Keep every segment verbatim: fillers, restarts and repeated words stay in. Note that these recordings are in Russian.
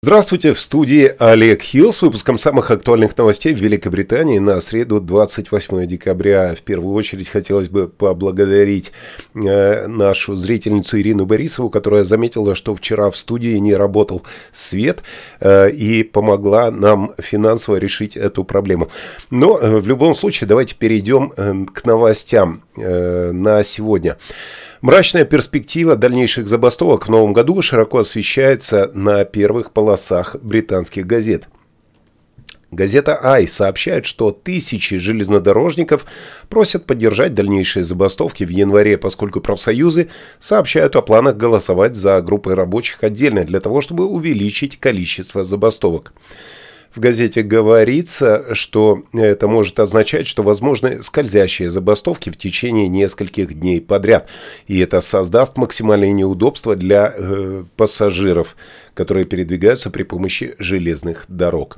Здравствуйте, в студии Олег Хилл с выпуском самых актуальных новостей в Великобритании на среду двадцать восьмое декабря. В первую очередь хотелось бы поблагодарить э, нашу зрительницу Ирину Борисову, которая заметила, что вчера в студии не работал свет э, и помогла нам финансово решить эту проблему. Но э, в любом случае давайте перейдем э, к новостям э, на сегодня. Мрачная перспектива дальнейших забастовок в новом году широко освещается на первых полосах британских газет. Газета «Ай» сообщает, что тысячи железнодорожников просят поддержать дальнейшие забастовки в январе, поскольку профсоюзы сообщают о планах голосовать за группы рабочих отдельно для того, чтобы увеличить количество забастовок. В газете говорится, что это может означать, что возможны скользящие забастовки в течение нескольких дней подряд. И это создаст максимальные неудобства для э, пассажиров, которые передвигаются при помощи железных дорог.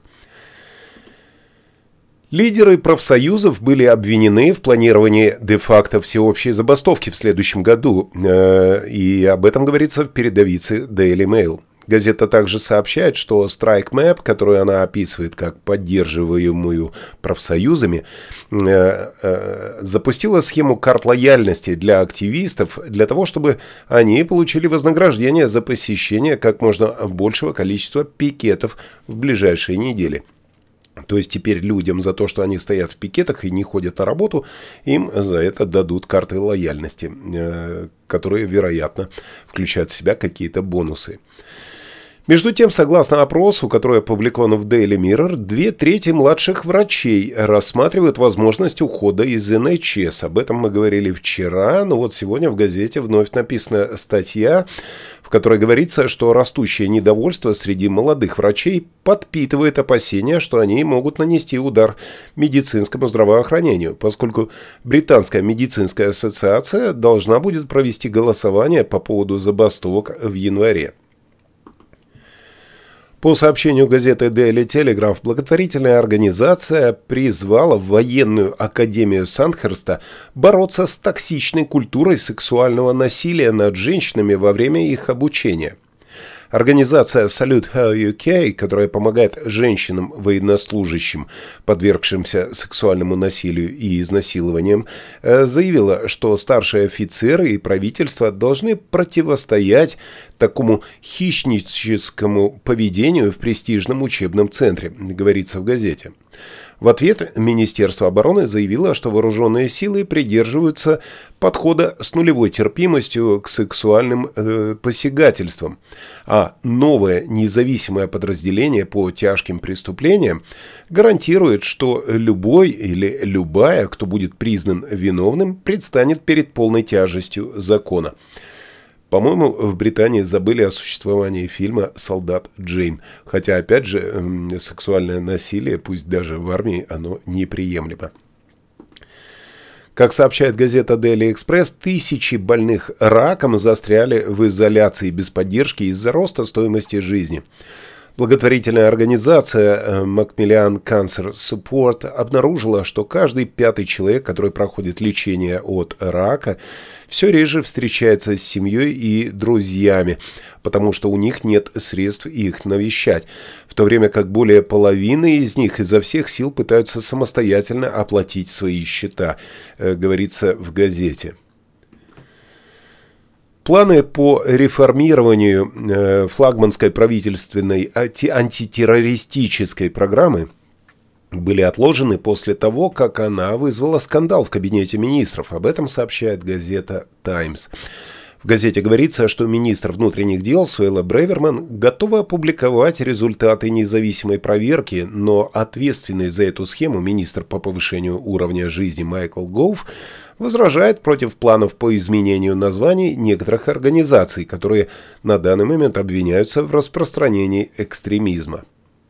Лидеры профсоюзов были обвинены в планировании де-факто всеобщей забастовки в следующем году. Э, и об этом говорится в передовице Daily Mail. Газета также сообщает, что Strike Map, которую она описывает как поддерживаемую профсоюзами, э, э, запустила схему карт лояльности для активистов для того, чтобы они получили вознаграждение за посещение как можно большего количества пикетов в ближайшие недели. То есть теперь людям за то, что они стоят в пикетах и не ходят на работу, им за это дадут карты лояльности, э, которые, вероятно, включают в себя какие-то бонусы. Между тем, согласно опросу, который опубликован в Daily Mirror, две трети младших врачей рассматривают возможность ухода из эн эйч эс. Об этом мы говорили вчера, но вот сегодня в газете вновь написана статья, в которой говорится, что растущее недовольство среди молодых врачей подпитывает опасения, что они могут нанести удар медицинскому здравоохранению, поскольку Британская медицинская ассоциация должна будет провести голосование по поводу забастовок в январе. По сообщению газеты Daily Telegraph, благотворительная организация призвала военную академию Сандхерста бороться с токсичной культурой сексуального насилия над женщинами во время их обучения. Организация Salute Her ю кей, которая помогает женщинам-военнослужащим, подвергшимся сексуальному насилию и изнасилованиям, заявила, что старшие офицеры и правительство должны противостоять такому хищническому поведению в престижном учебном центре, говорится в газете. В ответ Министерство обороны заявило, что вооруженные силы придерживаются подхода с нулевой терпимостью к сексуальным э, посягательствам, а новое независимое подразделение по тяжким преступлениям гарантирует, что любой или любая, кто будет признан виновным, предстанет перед полной тяжестью закона. По-моему, в Британии забыли о существовании фильма «Солдат Джейн». Хотя, опять же, сексуальное насилие, пусть даже в армии, оно неприемлемо. Как сообщает газета Daily Express, тысячи больных раком застряли в изоляции без поддержки из-за роста стоимости жизни. Благотворительная организация Macmillan Cancer Support обнаружила, что каждый пятый человек, который проходит лечение от рака, все реже встречается с семьей и друзьями, потому что у них нет средств их навещать, в то время как более половины из них изо всех сил пытаются самостоятельно оплатить свои счета, говорится в газете. Планы по реформированию э, флагманской правительственной анти- антитеррористической программы были отложены после того, как она вызвала скандал в кабинете министров. Об этом сообщает газета «Таймс». В газете говорится, что министр внутренних дел Суэлла Бреверман готова опубликовать результаты независимой проверки, но ответственный за эту схему министр по повышению уровня жизни Майкл Гоув возражает против планов по изменению названий некоторых организаций, которые на данный момент обвиняются в распространении экстремизма.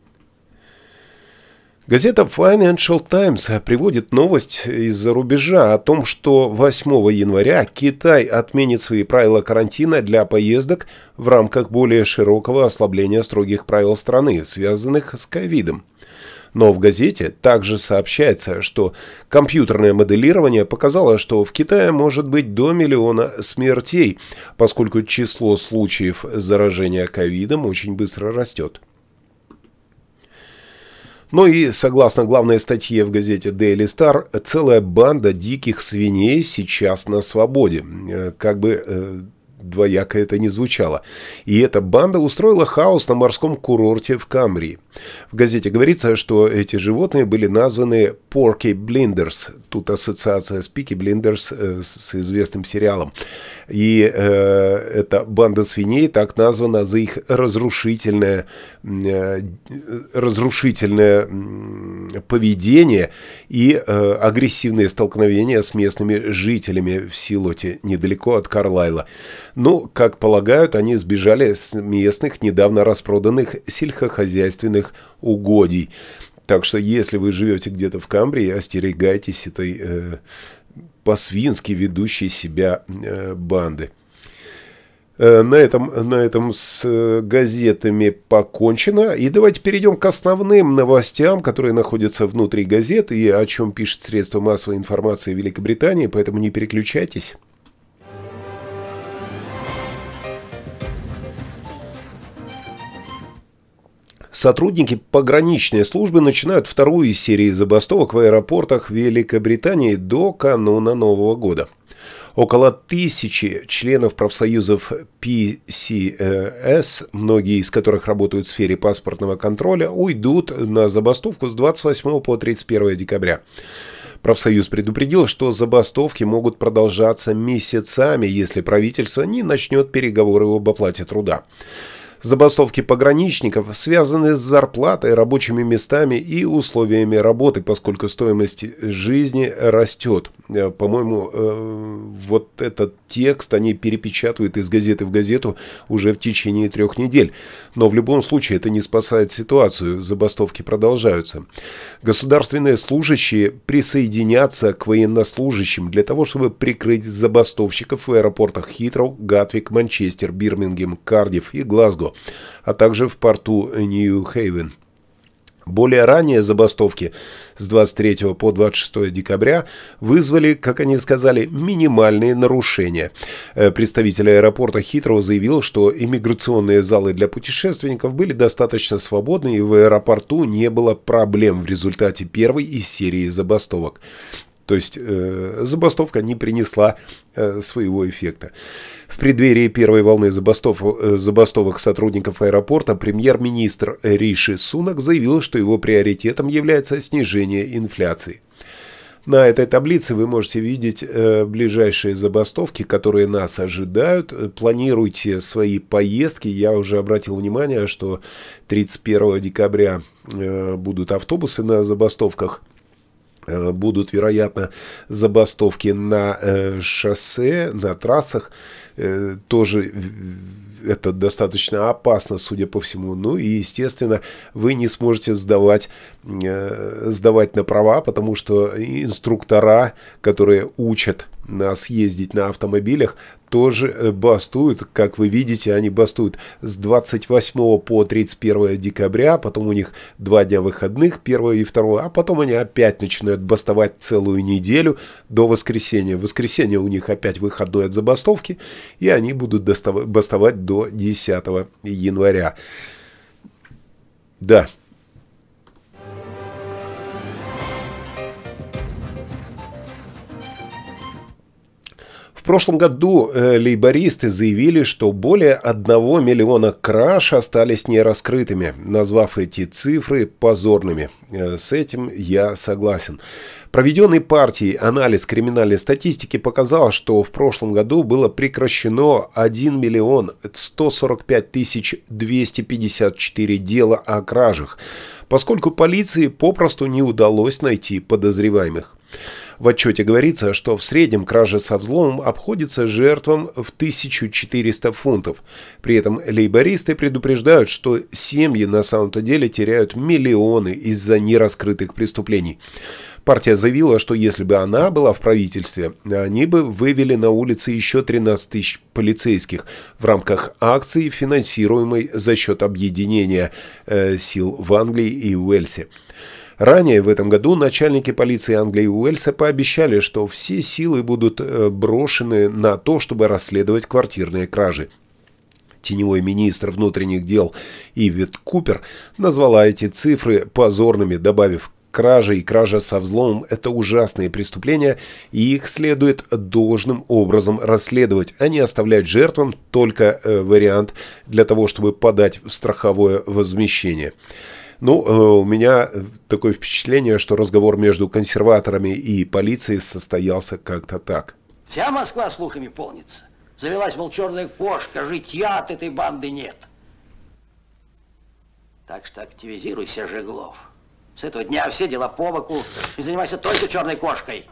Газета Financial Times приводит новость из-за рубежа о том, что восьмого января Китай отменит свои правила карантина для поездок в рамках более широкого ослабления строгих правил страны, связанных с ковидом. Но в газете также сообщается, что компьютерное моделирование показало, что в Китае может быть до миллиона смертей, поскольку число случаев заражения ковидом очень быстро растет. Ну и, согласно главной статье в газете Daily Star, целая банда диких свиней сейчас на свободе. Как бы э, двояко это ни звучало. И эта банда устроила хаос на морском курорте в Камбрии. В газете говорится, что эти животные были названы Porky Blinders. Тут ассоциация с Peaky Blinders, э, с известным сериалом. И э, эта банда свиней так названа за их разрушительное, э, разрушительное э, поведение и э, агрессивные столкновения с местными жителями в Силоте, недалеко от Карлайла. Ну, как полагают, они сбежали с местных, недавно распроданных сельскохозяйственных угодий. Так что, если вы живете где-то в Камбрии, остерегайтесь этой э, по-свински ведущей себя э, банды. Э, на этом, на этом с э, газетами покончено. И давайте перейдем к основным новостям, которые находятся внутри газет и о чем пишет средства массовой информации Великобритании, поэтому не переключайтесь. Сотрудники пограничной службы начинают вторую из серии забастовок в аэропортах Великобритании до кануна Нового года. Около тысячи членов профсоюзов пи си эс, многие из которых работают в сфере паспортного контроля, уйдут на забастовку с двадцать восьмого по тридцать первое декабря. Профсоюз предупредил, что забастовки могут продолжаться месяцами, если правительство не начнет переговоры об оплате труда. Забастовки пограничников связаны с зарплатой, рабочими местами и условиями работы, поскольку стоимость жизни растет. По-моему, вот этот текст они перепечатывают из газеты в газету уже в течение трех недель. Но в любом случае это не спасает ситуацию, забастовки продолжаются. Государственные служащие присоединятся к военнослужащим для того, чтобы прикрыть забастовщиков в аэропортах Хитроу, Гатвик, Манчестер, Бирмингем, Кардифф и Глазго, а также в порту Нью-Хейвен. Более ранее забастовки с двадцать третьего по двадцать шестое декабря вызвали, как они сказали, минимальные нарушения. Представитель аэропорта Хитроу заявил, что иммиграционные залы для путешественников были достаточно свободны и в аэропорту не было проблем в результате первой из серии забастовок. То есть э, забастовка не принесла э, своего эффекта. В преддверии первой волны забастов, э, забастовок сотрудников аэропорта премьер-министр Риши Сунак заявил, что его приоритетом является снижение инфляции. На этой таблице вы можете видеть э, ближайшие забастовки, которые нас ожидают. Планируйте свои поездки. Я уже обратил внимание, что тридцать первого декабря э, будут автобусы на забастовках. Будут, вероятно, забастовки на э, шоссе, на трассах. Э, тоже это достаточно опасно, судя по всему. Ну и, естественно, вы не сможете сдавать, э, сдавать на права, потому что инструктора, которые учат нас ездить на автомобилях, тоже бастуют. Как вы видите, они бастуют с двадцать восьмого по тридцать первое декабря, потом у них два дня выходных, первое и второе, а потом они опять начинают бастовать целую неделю до воскресенья. В воскресенье у них опять выходной от забастовки, и они будут бастовать до десятого января. Да. В прошлом году э, лейбористы заявили, что более одного миллиона краж остались нераскрытыми, назвав эти цифры позорными. Э, с этим я согласен. Проведенный партией анализ криминальной статистики показал, что в прошлом году было прекращено один миллион сто сорок пять тысяч двести пятьдесят четыре дела о кражах, поскольку полиции попросту не удалось найти подозреваемых. В отчете говорится, что в среднем кража со взломом обходится жертвам в тысячу четыреста фунтов. При этом лейбористы предупреждают, что семьи на самом-то деле теряют миллионы из-за нераскрытых преступлений. Партия заявила, что если бы она была в правительстве, они бы вывели на улицы еще тринадцать тысяч полицейских в рамках акции, финансируемой за счет объединения э, сил в Англии и Уэльсе. Ранее в этом году начальники полиции Англии и Уэльса пообещали, что все силы будут брошены на то, чтобы расследовать квартирные кражи. Теневой министр внутренних дел Ивет Купер назвала эти цифры позорными, добавив: кража и кража со взломом – это ужасные преступления, и их следует должным образом расследовать, а не оставлять жертвам только э, вариант для того, чтобы подать в страховое возмещение. Ну, э, у меня такое впечатление, что разговор между консерваторами и полицией состоялся как-то так. Вся Москва слухами полнится. Завелась, мол, черная кошка, житья от этой банды нет. Так что активизируйся, Жеглов. С этого дня все дела по боку и занимайся только черной кошкой.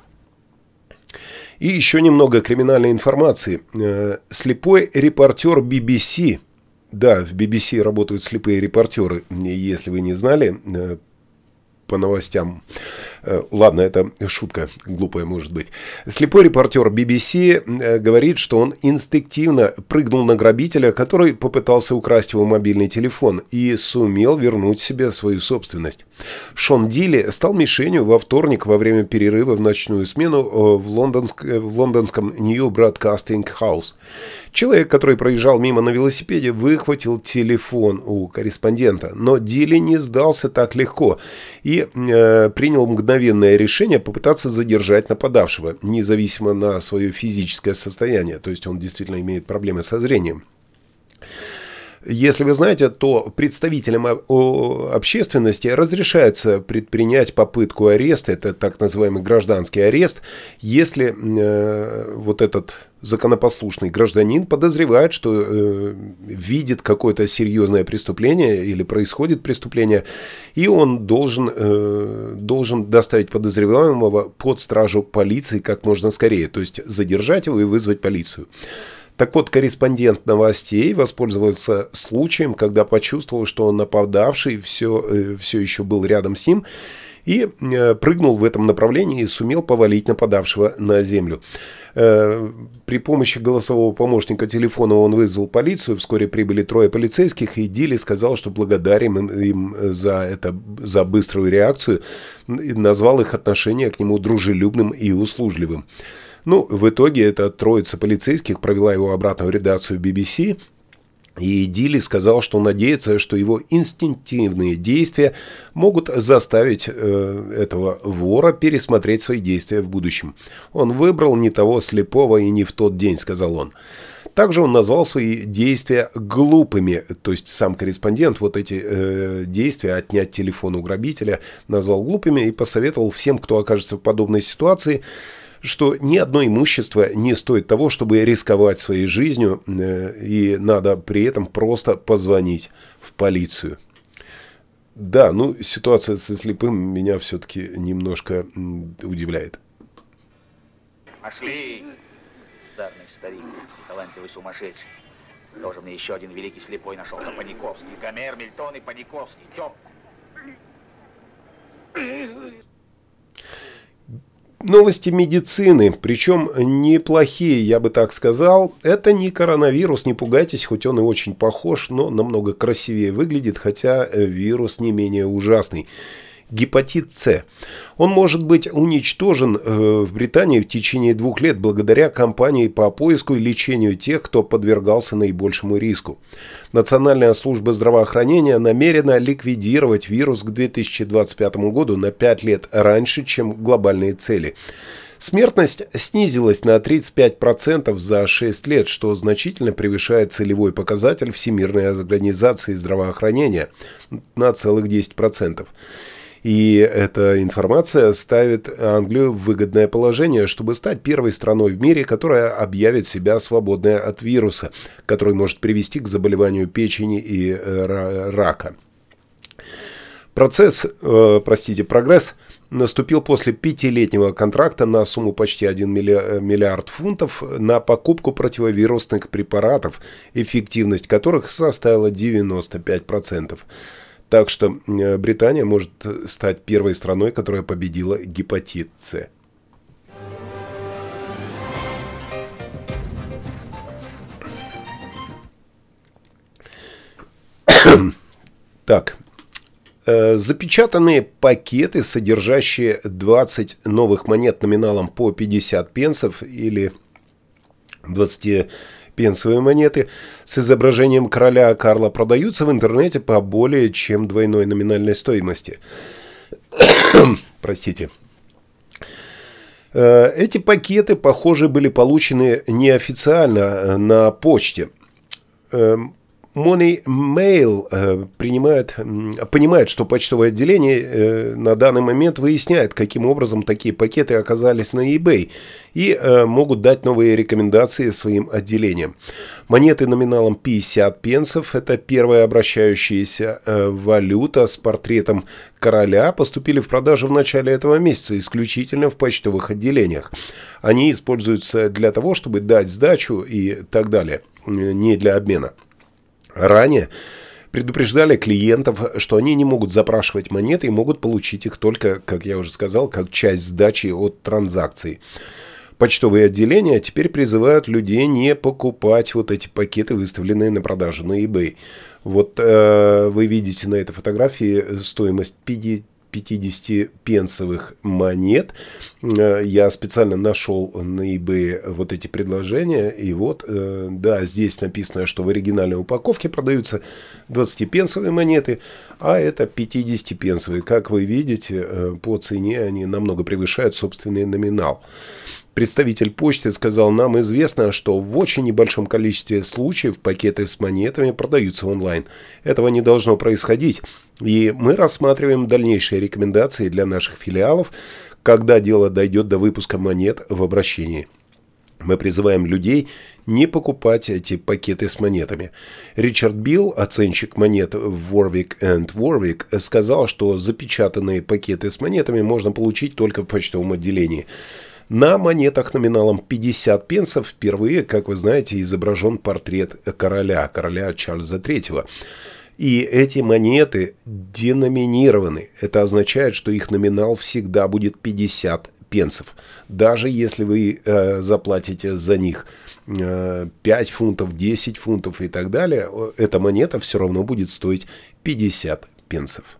И еще немного криминальной информации. Слепой репортер би би си. Да, в би би си работают слепые репортеры, если вы не знали, по новостям. Ладно, это шутка глупая, может быть. Слепой репортер би би си говорит, что он инстинктивно прыгнул на грабителя, который попытался украсть его мобильный телефон, и сумел вернуть себе свою собственность. Шон Дилли стал мишенью во вторник во время перерыва в ночную смену в, лондонск... в лондонском New Broadcasting House. Человек, который проезжал мимо на велосипеде, выхватил телефон у корреспондента, но Дилли не сдался так легко и э, принял мгновенное решение попытаться задержать нападавшего, независимо на свое физическое состояние, то есть он действительно имеет проблемы со зрением. Если вы знаете, то представителям общественности разрешается предпринять попытку ареста, это так называемый гражданский арест, если э, вот этот законопослушный гражданин подозревает, что э, видит какое-то серьезное преступление или происходит преступление, и он должен, э, должен доставить подозреваемого под стражу полиции как можно скорее, то есть задержать его и вызвать полицию. Так вот, корреспондент новостей воспользовался случаем, когда почувствовал, что нападавший все, все еще был рядом с ним, и прыгнул в этом направлении и сумел повалить нападавшего на землю. При помощи голосового помощника телефона он вызвал полицию, вскоре прибыли трое полицейских, и Дилли сказал, что благодарен им, им за, это, за быструю реакцию, и назвал их отношение к нему дружелюбным и услужливым. Ну, в итоге эта троица полицейских провела его обратно в редакцию би би си, и Дилли сказал, что надеется, что его инстинктивные действия могут заставить э, этого вора пересмотреть свои действия в будущем. Он выбрал не того слепого и не в тот день, сказал он. Также он назвал свои действия глупыми, то есть сам корреспондент вот эти э, действия, отнять телефон у грабителя, назвал глупыми и посоветовал всем, кто окажется в подобной ситуации, что ни одно имущество не стоит того, чтобы рисковать своей жизнью, и надо при этом просто позвонить в полицию. Да, ну, ситуация со слепым меня все-таки немножко удивляет. Пошли! Старный старик, талантливый сумасшедший. Тоже мне еще один великий слепой нашелся, Паниковский. Гомер, Мильтон и Паниковский. Тёп! Новости медицины, причем неплохие, я бы так сказал. Это не коронавирус, не пугайтесь, хоть он и очень похож, но намного красивее выглядит, хотя вирус не менее ужасный. Гепатит С. Он может быть уничтожен в Британии в течение двух лет благодаря кампании по поиску и лечению тех, кто подвергался наибольшему риску. Национальная служба здравоохранения намерена ликвидировать вирус к две тысячи двадцать пятому году на пять лет раньше, чем глобальные цели. Смертность снизилась на тридцать пять процентов за шесть лет, что значительно превышает целевой показатель Всемирной организации здравоохранения на целых десять процентов. И эта информация ставит Англию в выгодное положение, чтобы стать первой страной в мире, которая объявит себя свободной от вируса, который может привести к заболеванию печени и рака. Процесс, э, простите, прогресс наступил после пятилетнего контракта на сумму почти один миллиард фунтов на покупку противовирусных препаратов, эффективность которых составила девяносто пять процентов. Так что Британия может стать первой страной, которая победила гепатит С. Так. Запечатанные пакеты, содержащие двадцать новых монет номиналом по пятьдесят пенсов или двадцатипенсовые Пенсовые монеты с изображением короля Карла продаются в интернете по более чем двойной номинальной стоимости. Простите. Эти пакеты, похоже, были получены неофициально на почте. Money Mail э, принимает, э, понимает, что почтовое отделение э, на данный момент выясняет, каким образом такие пакеты оказались на eBay, и э, могут дать новые рекомендации своим отделениям. Монеты номиналом пятьдесят пенсов, это первая обращающаяся э, валюта с портретом короля, поступили в продажу в начале этого месяца исключительно в почтовых отделениях. Они используются для того, чтобы дать сдачу и так далее, не для обмена. Ранее предупреждали клиентов, что они не могут запрашивать монеты и могут получить их только, как я уже сказал, как часть сдачи от транзакций. Почтовые отделения теперь призывают людей не покупать вот эти пакеты, выставленные на продажу на eBay. Вот э, вы видите на этой фотографии стоимость пятидесятипенсовых монет. Я специально нашел на eBay вот эти предложения. И вот, да, здесь написано, что в оригинальной упаковке продаются двадцатипенсовые монеты, а это пятидесятипенсовые. Как вы видите, по цене они намного превышают собственный номинал. Представитель почты сказал: нам известно, что в очень небольшом количестве случаев пакеты с монетами продаются онлайн. Этого не должно происходить. И мы рассматриваем дальнейшие рекомендации для наших филиалов, когда дело дойдет до выпуска монет в обращении. Мы призываем людей не покупать эти пакеты с монетами. Ричард Билл, оценщик монет в Warwick энд Warwick, сказал, что запечатанные пакеты с монетами можно получить только в почтовом отделении. На монетах номиналом пятьдесят пенсов впервые, как вы знаете, изображен портрет короля, короля Чарльза третьего. И эти монеты деноминированы. Это означает, что их номинал всегда будет пятьдесят пенсов. Даже если вы э, заплатите за них э, пять фунтов, десять фунтов и так далее, эта монета все равно будет стоить пятьдесят пенсов.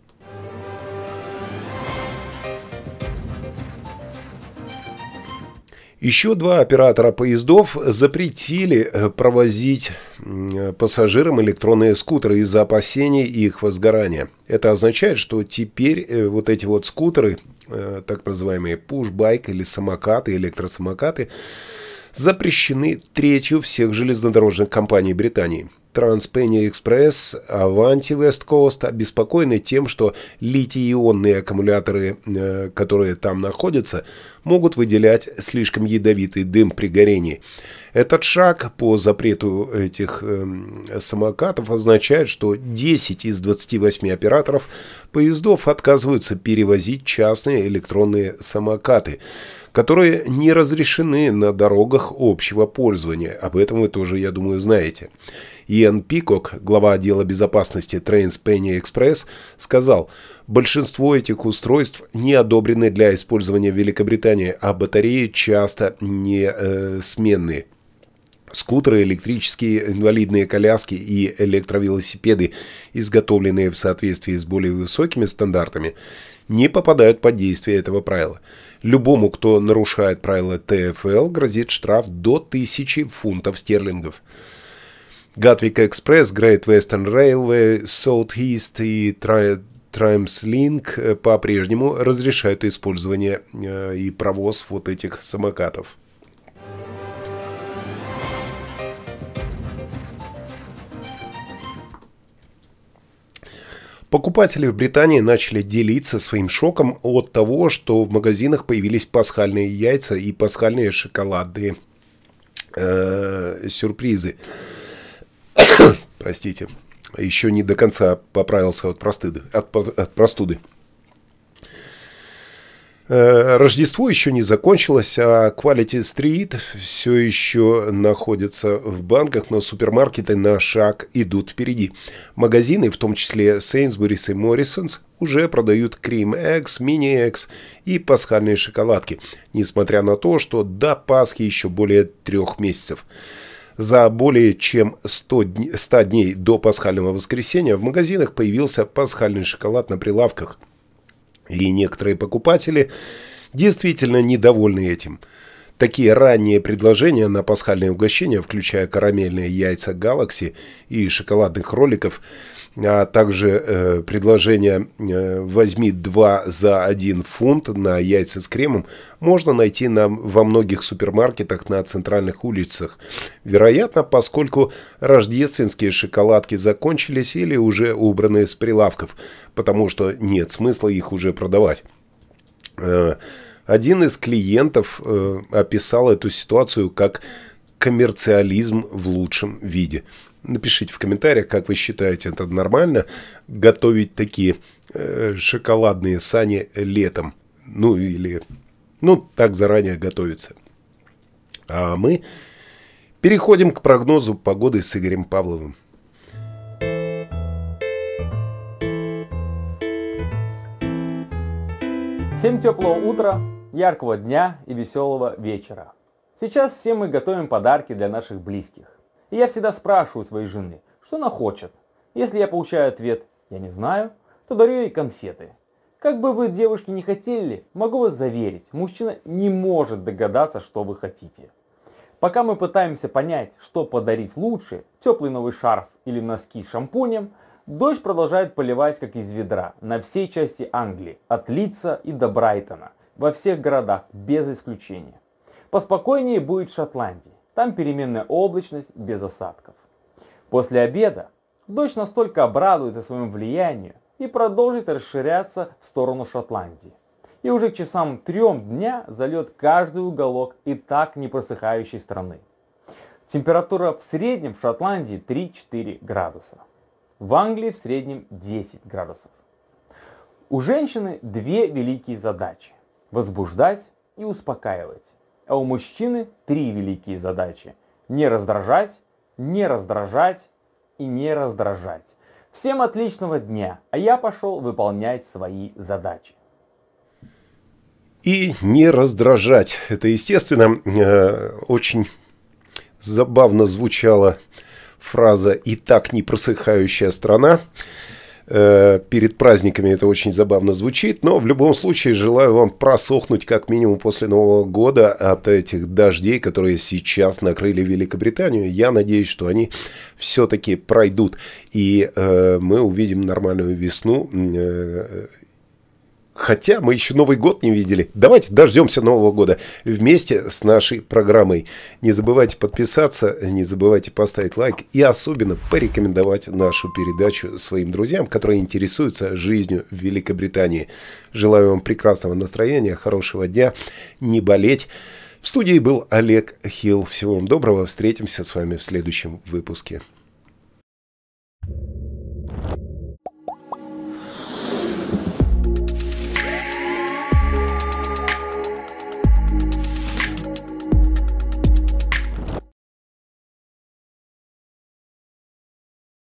Еще два оператора поездов запретили провозить пассажирам электронные скутеры из-за опасений их возгорания. Это означает, что теперь вот эти вот скутеры, так называемые пуш-байк или самокаты, электросамокаты, запрещены третью всех железнодорожных компаний Британии. TransPennine Express, Avanti West Coast обеспокоены тем, что литий-ионные аккумуляторы, которые там находятся, могут выделять слишком ядовитый дым при горении. Этот шаг по запрету этих э, самокатов означает, что десять из двадцати восьми операторов поездов отказываются перевозить частные электронные самокаты, которые не разрешены на дорогах общего пользования. Об этом вы тоже, я думаю, знаете. Иэн Пикок, глава отдела безопасности TransPennine Express, сказал: большинство этих устройств не одобрены для использования в Великобритании, а батареи часто не э, сменные. Скутеры, электрические инвалидные коляски и электровелосипеды, изготовленные в соответствии с более высокими стандартами, не попадают под действие этого правила. Любому, кто нарушает правила тэ эф эл, грозит штраф до тысячи фунтов стерлингов. Gatwick Express, Great Western Railway, South East и Thameslink по-прежнему разрешают использование э, и провоз вот этих самокатов. Покупатели в Британии начали делиться своим шоком от того, что в магазинах появились пасхальные яйца и пасхальные шоколадные э, сюрпризы. Простите, еще не до конца поправился от простуды. От, от простуды. Рождество еще не закончилось, а Quality Street все еще находится в банках, но супермаркеты на шаг идут впереди. Магазины, в том числе Sainsbury's и Morrisons, уже продают Cream Eggs, Mini Eggs и пасхальные шоколадки, несмотря на то, что до Пасхи еще более трех месяцев. За более чем сто дней до пасхального воскресенья в магазинах появился пасхальный шоколад на прилавках. И некоторые покупатели действительно недовольны этим. Такие ранние предложения на пасхальные угощения, включая карамельные яйца Galaxy и шоколадных роликов, а также э, предложение э, «возьми два за один фунт» на яйца с кремом, можно найти на, во многих супермаркетах на центральных улицах. Вероятно, поскольку рождественские шоколадки закончились или уже убраны с прилавков, потому что нет смысла их уже продавать. Э, один из клиентов э, описал эту ситуацию как коммерциализм в лучшем виде. Напишите в комментариях, как вы считаете, это нормально готовить такие э, шоколадные сани летом. Ну, или, ну, так заранее готовиться. А мы переходим к прогнозу погоды с Игорем Павловым. Всем теплого утра, яркого дня и веселого вечера. Сейчас все мы готовим подарки для наших близких. И я всегда спрашиваю своей жены, что она хочет. Если я получаю ответ «я не знаю», то дарю ей конфеты. Как бы вы, девушки, не хотели, могу вас заверить, мужчина не может догадаться, что вы хотите. Пока мы пытаемся понять, что подарить лучше, теплый новый шарф или носки с шампунем, дождь продолжает поливать как из ведра на всей части Англии, от Лидса и до Брайтона, во всех городах, без исключения. Поспокойнее будет в Шотландии. Там переменная облачность без осадков. После обеда дождь настолько обрадуется своему влиянию и продолжит расширяться в сторону Шотландии. И уже к часам трем дня зальет каждый уголок и так не просыхающей страны. Температура в среднем в Шотландии три-четыре градуса. В Англии в среднем десять градусов. У женщины две великие задачи – возбуждать и успокаивать. А у мужчины три великие задачи – не раздражать, не раздражать и не раздражать. Всем отличного дня, а я пошел выполнять свои задачи. И не раздражать. Это, естественно, очень забавно звучала фраза «и так не просыхающая страна». Перед праздниками это очень забавно звучит, но в любом случае желаю вам просохнуть как минимум после Нового года от этих дождей, которые сейчас накрыли Великобританию. Я надеюсь, что они все-таки пройдут, и э, мы увидим нормальную весну. Э, Хотя мы еще Новый год не видели. Давайте дождемся Нового года вместе с нашей программой. Не забывайте подписаться, не забывайте поставить лайк и особенно порекомендовать нашу передачу своим друзьям, которые интересуются жизнью в Великобритании. Желаю вам прекрасного настроения, хорошего дня, не болеть. В студии был Олег Хилл. Всего вам доброго. Встретимся с вами в следующем выпуске.